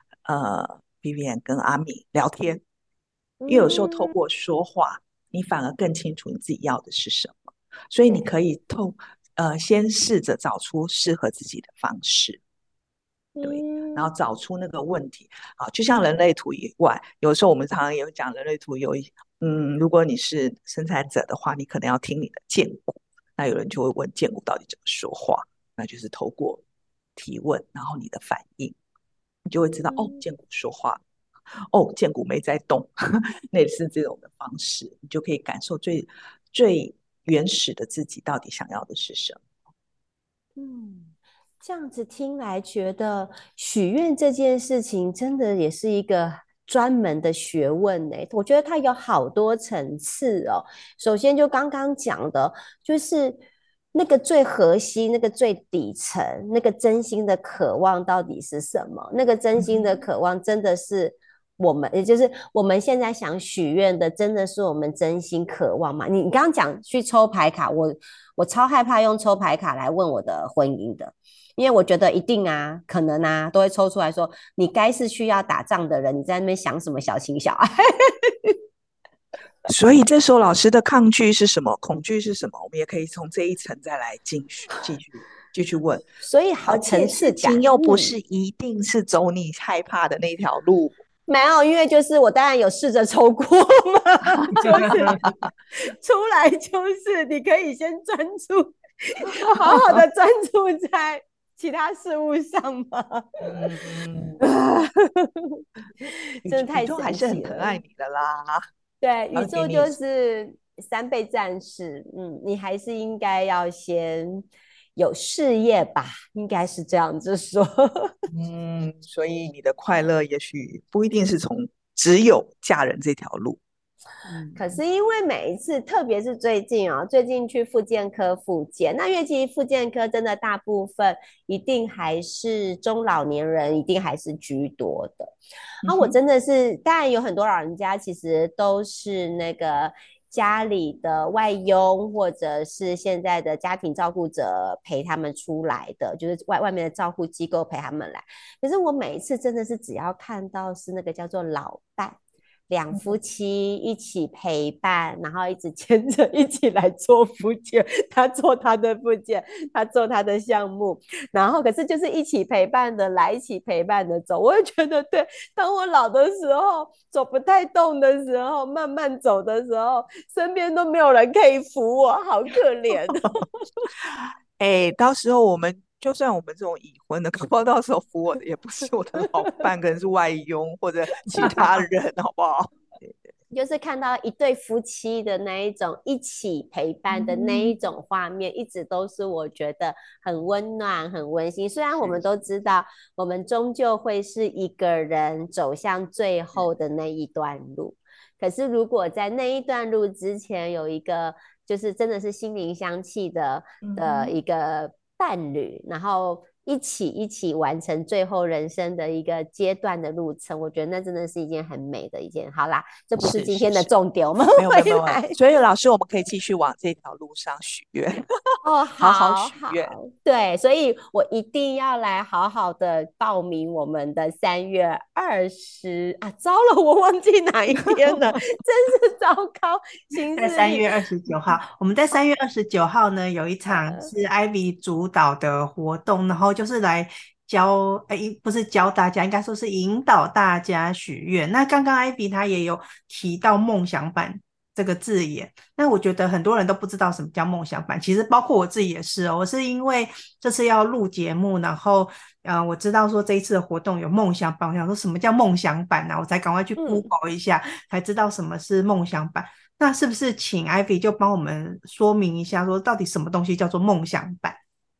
Vivian 跟阿米聊天，因为有时候透嗯， 过说话，你反而更清楚你自己要的是什么，所以你可以先试着找出适合自己的方式。对， 然后找出那个问题。好，就像人类图以外，有时候我们常常也会讲人类图如果你是生产者的话，你可能要听你的荐骨，那有人就会问荐骨到底怎么说话，那就是透过提问，然后你的反应，你就会知道荐骨说话，荐骨没在动，类似这种的方式，你就可以感受最原始的自己到底想要的是什么。 这样子听来，觉得许愿这件事情真的也是一个专门的学问呢。我觉得它有好多层次哦。首先就刚刚讲的，就是那个最核心、那个最底层、那个真心的渴望到底是什么？那个真心的渴望真的是我们，也就是我们现在想许愿的，真的是我们真心渴望吗？你刚刚讲去抽牌卡，我超害怕用抽牌卡来问我的婚姻的。因为我觉得一定啊，可能啊，都会抽出来说，你该是需要打仗的人，你在那边想什么小情小爱？ 所以这时候老师的抗拒是什么？恐惧是什么？我们也可以从这一层再来继续问。 所以好层次感又不是一定是走你害怕的那条路。 没有，因为就是我当然有试着抽过嘛，就是出来就是你可以先专注，好好的专注在其他事物上吗？真的太神奇了， 宇宙还是很疼爱你的啦。 对，宇宙就是3倍战士，你还是应该要先有事业吧，应该是这样子说。 所以你的快乐也许不一定是从只有嫁人这条路。 可是因为每一次，特别是最近去复健科复健，那因为其实复健科真的大部分一定还是中老年人，一定还是居多的。我真的是，当然有很多老人家其实都是那个家里的外佣，或者是现在的家庭照顾者陪他们出来的，就是外面的照顾机构陪他们来。可是我每一次真的是只要看到是那个叫做老伴。2夫妻一起陪伴，然后一直牵着一起来做复健，他做他的复健，他做他的项目，然后可是就是一起陪伴的来，一起陪伴的走。我会觉得，对，当我老的时候，走不太动的时候，慢慢走的时候，身边都没有人可以扶我，好可怜哦。 到时候就算我们这种已婚的，搞不好到时候扶我的也不是我的老伴，可能是外佣或者其他人，好不好？ 就是看到一对夫妻的那一种一起陪伴的那一种画面，一直都是我觉得很温暖、很温馨。虽然我们都知道，我们终究会是一个人走向最后的那一段路，可是如果在那一段路之前有一个，就是真的是心灵相契的一个伴侣，然后一起完成最后人生的一个阶段的路程，我觉得那真的是一件很美的一件。好啦，这不是今天的重点，我们回来。 所以老师，我们可以继续往这条路上许愿。好好许愿。 对，所以我一定要来好好的报名我们的3月20啊！糟了，我忘记哪一天了，真是糟糕。 在3月29号，我们在3月29号呢有一场是 Ivy 主导的活动，然后就是来不是教大家，应该说是引导大家许愿。那刚刚 Ivy 她也有提到梦想版这个字眼，那我觉得很多人都不知道什么叫梦想版，其实包括我自己也是哦。我是因为这次要录节目，然后我知道说这一次的活动有梦想版，我想说什么叫梦想版啊，我才赶快去 Google 一下，才知道什么是梦想版。那是不是请 Ivy 就帮我们说明一下，说到底什么东西叫做梦想版？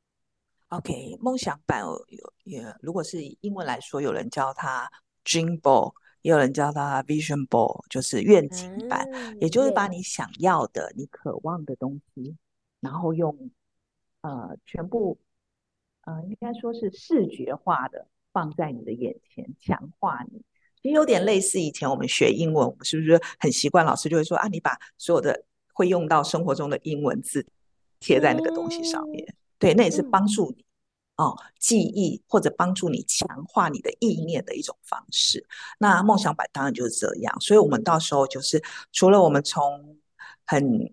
OK， 梦想版如果是以英文来说，有人叫它 Dream Board， 也有人叫它 Vision Board， 就是愿景版，也就是把你想要的、你渴望的东西，然后用全部应该说是视觉化的放在你的眼前，强化你。其实有点类似以前我们学英文，我们是不是很习惯老师就会说你把所有的会用到生活中的英文字贴在那个东西上面。对，那也是帮助你记忆或者帮助你强化你的意念的一种方式。那梦想版当然就是这样，所以我们到时候就是除了我们从很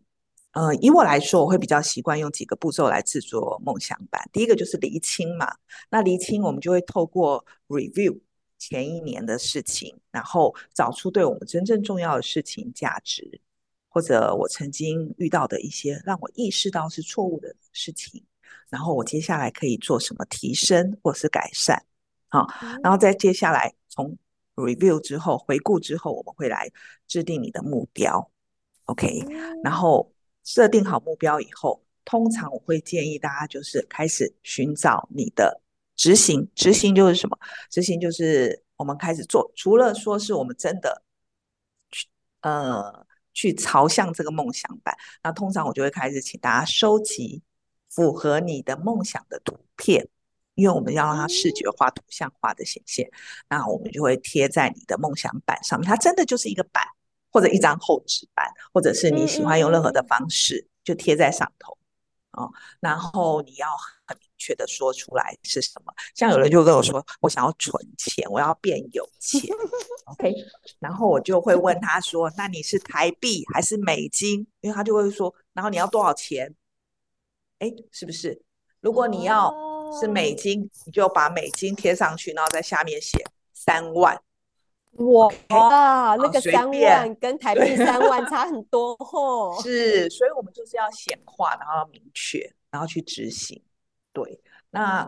以我来说，我会比较习惯用几个步骤来制作梦想版。第一个就是厘清嘛，那厘清我们就会透过 review 前一年的事情，然后找出对我们真正重要的事情价值，或者我曾经遇到的一些让我意识到是错误的事情，然后我接下来可以做什么提升或是改善。好，然后再接下来从 review 之后回顾之后，我们会来制定你的目标。OK，然后设定好目标以后，通常我会建议大家就是开始寻找你的执行。执行就是什么？执行就是我们开始做，除了说是我们真的去去朝向这个梦想版，那通常我就会开始请大家收集符合你的梦想的图片。因为我们要让它视觉化、图像化的显现，那我们就会贴在你的梦想板上面。它真的就是一个板，或者一张厚纸板，或者是你喜欢用任何的方式，就贴在上头。然后你要很明确的说出来是什么。像有人就跟我说，我想要存钱，我要变有钱，OK，然后我就会问他说，那你是台币还是美金？因为他就会说，然后你要多少钱？哎，是不是？如果你要是美金，你就把美金贴上去，然后在下面写3万。 哇，那个随 3 便万跟台币3万差很多哦。 是，所以我们就是要显化，然后要明确，然后去执行。对，那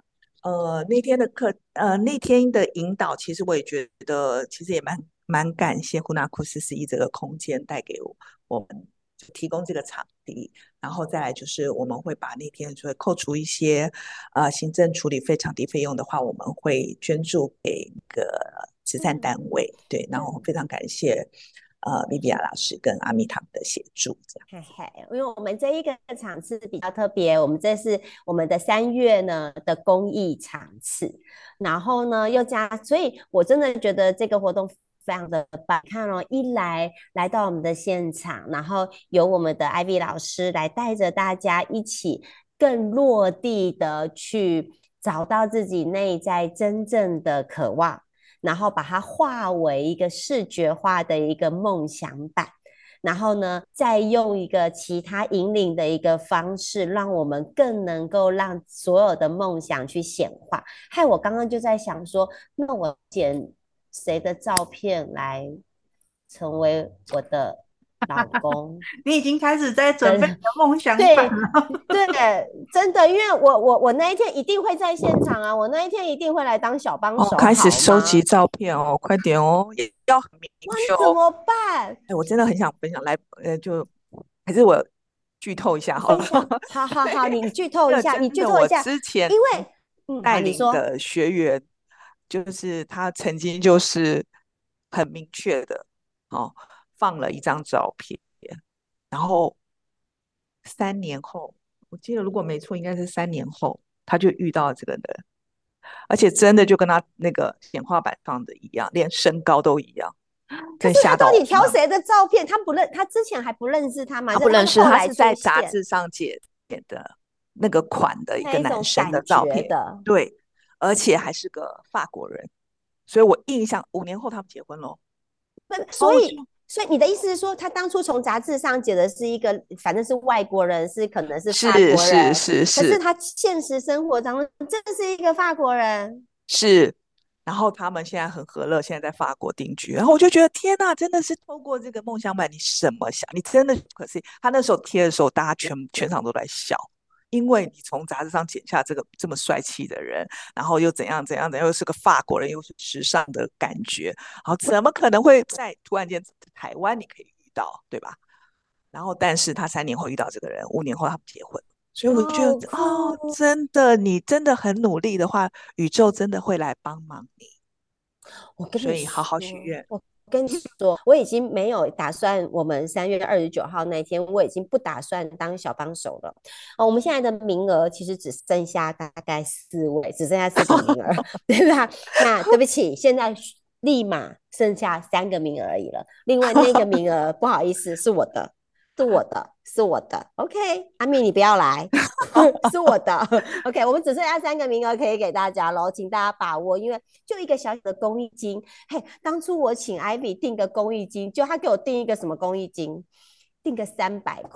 那天的引导，其实我也觉得，其实也蛮感谢胡纳库斯斯伊这个空间带给我们提供这个场地，然后再来就是我们会把那天就会扣除一些行政处理费、场地费用的话，我们会捐助给个慈善单位。对，然后非常感谢莉莉亚老师跟阿米他们的协助，这样。 嘿嘿，因为我们这一个场次比较特别，我们这是我们的3月呢的公益场次，然后呢又所以我真的觉得这个活动非常的棒。看哦，来到我们的现场，然后由我们的 Ivy 老师来带着大家一起更落地的去找到自己内在真正的渴望，然后把它化为一个视觉化的一个梦想版。然后呢，再用一个其他引领的一个方式，让我们更能够让所有的梦想去显化。害我刚刚就在想说，那我剪谁的照片来成为我的老公？ 你已经开始在准备你的梦想对版了。 对，真的，因为我那一天一定会在现场啊，我那一天一定会来当小帮手， 开始好吗？ 收集照片哦，快点哦，也要很明哇， 确哦。 那怎么办？ 哎，我真的很想分享，就还是我剧透一下好了。 分享，好好好，你剧透一下，你真的，我剧透一下， 之前因为带好，你说。 领的学员，就是他曾经就是很明确的，放了一张照片，然后3年后，我记得如果没错，应该是3年后，他就遇到这个人，而且真的就跟他那个显化板上的一样，连身高都一样，真可是他到底吓到我了。 挑谁的照片？他之前还不认识他吗？ 他不认识， 是他后来出他是在杂现志上剪的那个款的一个那一男生的种感照片， 觉的。 对，而且还是个法国人，所以我印象5年后他们结婚了， 不， 然后我就所以你的意思是说，他当初从杂志上剪的是一个，反正是外国人，可能是法是国人，可是是他现实生活当中真的是一个法国人。 是，然后他们现在很和乐，现在在法国定居，然后我就觉得天哪，真的是透过这个梦想版，你什么想，你真的可惜，他那时候贴的时候，大家全场都在笑。因为你从杂志上剪下这个这么帅气的人，然后又怎样怎样的，又是个法国人，又是时尚的感觉，好，怎么可能会在突然间台湾你可以遇到，对吧？然后，但是他3年后遇到这个人，5年后他们结婚，所以我觉得好酷！ 真的，你真的很努力的话，宇宙真的会来帮忙你， 我跟你所以好好许说， 愿。 我跟你说，我已经没有打算，我们3月29号那天，我已经不打算当小帮手了。我们现在的名额其实只剩下大概4位，只剩下4个名额，对吧？那对不起，现在立马剩下3个名额而已了。另外那个名额，不好意思，是我的，是我的，是我的。OK，阿米，你不要来。是我的，OK，我们只剩下3个名额可以给大家喽，请大家把握，因为就一个小小的公益金，嘿，当初我请 Ivy 订个公益金，就他给我订一个什么公益金，订个300块，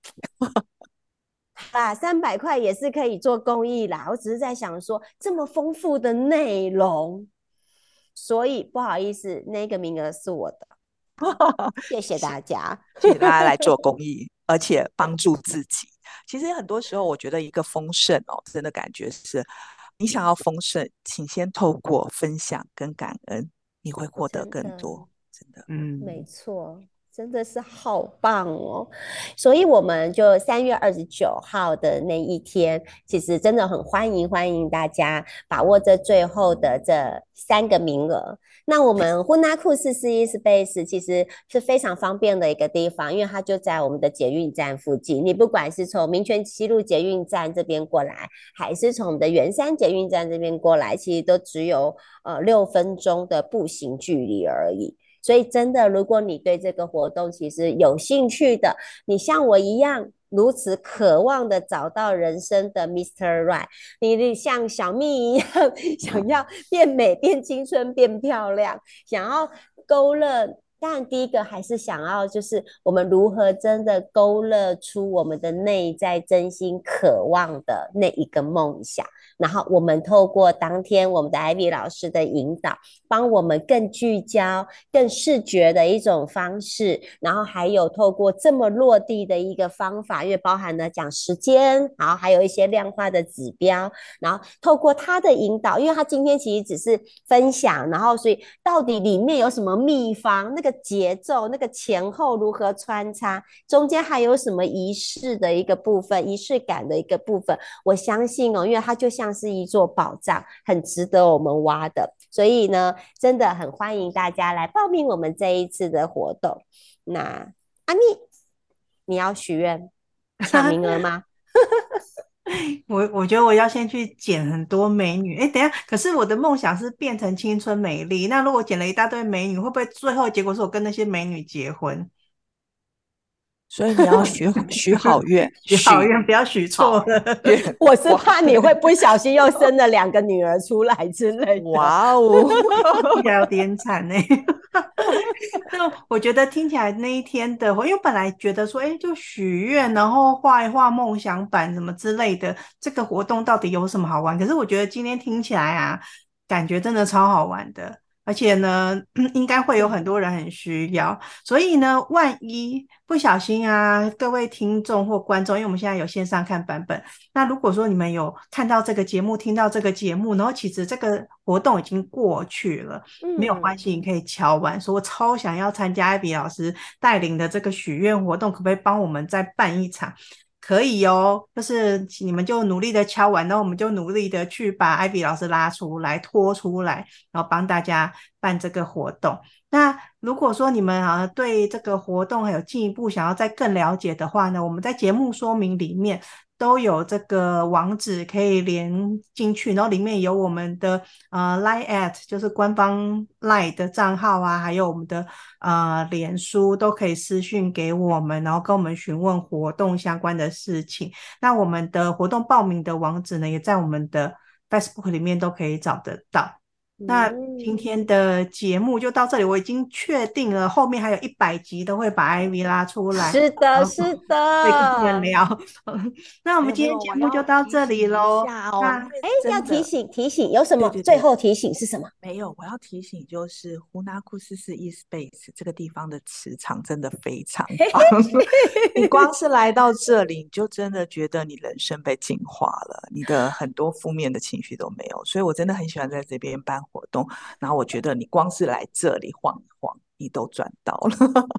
啦，300块也是可以做公益啦。我只是在想说，这么丰富的内容，所以不好意思，那个名额是我的，谢谢大家。 谢谢大家来做公益，而且帮助自己。其实很多时候，我觉得一个丰盛哦，真的感觉是，你想要丰盛，请先透过分享跟感恩，你会获得真的， 更多。真的， 没错，真的是好棒哦！所以我们就3月29号的那一天，其实真的很欢迎大家把握这最后的这3个名额。那我们呼纳库441 Space 其实是非常方便的一个地方，因为它就在我们的捷运站附近。你不管是从民权西路捷运站这边过来，还是从我们的圆山捷运站这边过来，其实都只有6分钟的步行距离而已。所以真的，如果你对这个活动其实有兴趣的，你像我一样如此渴望的找到人生的 Mr. Right， 你像小蜜一样想要变美、变青春、变漂亮，想要勾勒。当然，第一个还是想要，就是我们如何真的勾勒出我们的内在真心渴望的那一个梦想，然后我们透过当天我们的 Ivy 老师的引导，帮我们更聚焦、更视觉的一种方式，然后还有透过这么落地的一个方法，因为包含了讲时间，然后还有一些量化的指标，然后透过他的引导，因为他今天其实只是分享，然后所以到底里面有什么秘方，那个节奏、那个前后如何穿插，中间还有什么仪式的一个部分、仪式感的一个部分，我相信哦，因为它就像是一座宝藏，很值得我们挖的。所以呢，真的很欢迎大家来报名我们这一次的活动。那阿蜜，你要许愿抢名额吗？ 我觉得我要先去捡很多美女。哎，等一下，可是我的梦想是变成青春美丽。那如果捡了一大堆美女，会不会最后结果是我跟那些美女结婚？ 所以你要许好愿， 许好愿，不要许错了。 愿。 我是怕你会不小心又生了2个女儿出来之类的。 哇哦， 听起来有点惨呢。那我觉得听起来那一天的，因为本来觉得说，哎，就许愿，然后画一画梦想版什么之类的，这个活动到底有什么好玩？可是我觉得今天听起来啊，感觉真的超好玩的。而且呢，应该会有很多人很需要，所以呢，万一不小心啊，各位听众或观众，因为我们现在有线上看版本，那如果说你们有看到这个节目，听到这个节目，然后其实这个活动已经过去了，没有关系，你可以敲完，说我超想要参加艾比老师带领的这个许愿活动，可不可以帮我们再办一场？可以哦，就是你们就努力的敲完，然后我们就努力的去把艾比老师拉出来、拖出来，然后帮大家办这个活动。那如果说你们对这个活动还有进一步想要再更了解的话呢，我们在节目说明里面都有这个网址可以连进去，然后里面有我们的Line@ 就是官方 Line 的账号啊，还有我们的脸书都可以私讯给我们，然后跟我们询问活动相关的事情。那我们的活动报名的网址呢，也在我们的 Facebook 里面都可以找得到。那今天的节目就到这里，我已经确定了，后面还有100集都会把 Ivy 拉出来。 是的，是的。 会跟人聊。那我们今天节目就到这里喽。那要提醒，有什么？ 对， 最后提醒是什么？ 没有，我要提醒就是呼纳库441 Space 这个地方的磁场真的非常棒。你光是来到这里，你就真的觉得你人生被净化了，你的很多负面的情绪都没有。所以我真的很喜欢在这边办活动。然后我觉得你光是来这里晃一晃，你都赚到了。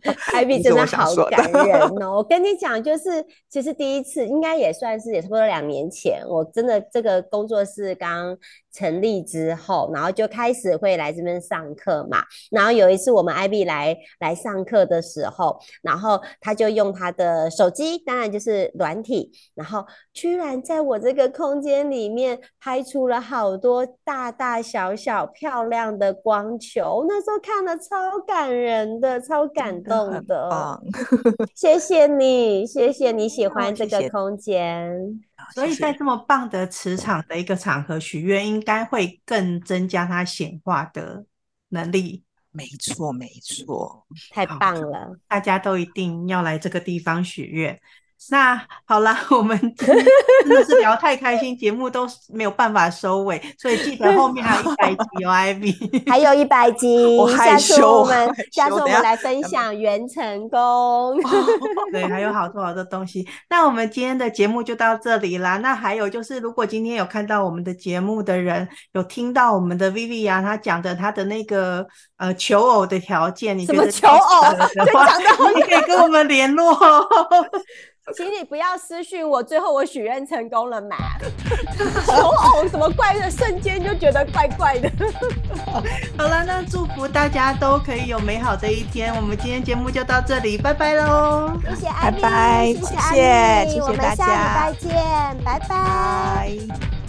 Ivy 真的好感人哦！我跟你讲，就是其实第一次应该也算是也差不多2年前，我真的这个工作室刚成立之后，然后就开始会来这边上课嘛。然后有一次我们 Ivy 来上课的时候，然后他就用他的手机，当然就是软体，然后居然在我这个空间里面拍出了好多大大小小漂亮的光球，那时候看了超感人的，超感动的。谢谢你，谢谢你喜欢这个空间。 所以在这么棒的磁场的一个场合许愿，应该会更增加它显化的能力。 没错，没错， 太棒了！ 大家都一定要来这个地方许愿。 那好啦，我们今天真的是聊太开心，节目都没有办法收尾，所以记得后面还有100集哦，Ivy。 还有100集， 我害羞， 下次我们来分享元成功。 对，还有好多好多东西。那我们今天的节目就到这里啦。那还有就是，如果今天有看到我们的节目的人，有听到我们的 Vivi 啊，她讲的她的那个求偶的条件，你觉得什么求偶的话，你可以跟我们联络。 请你不要私讯我，最后我许愿成功了嘛？求偶什么怪的，瞬间就觉得怪怪的。 好了，那祝福大家都可以有美好的一天。我们今天节目就到这里，拜拜喽！ 谢谢艾米， 拜拜， 谢谢艾米， 谢谢大家， 我们下礼拜见，拜拜。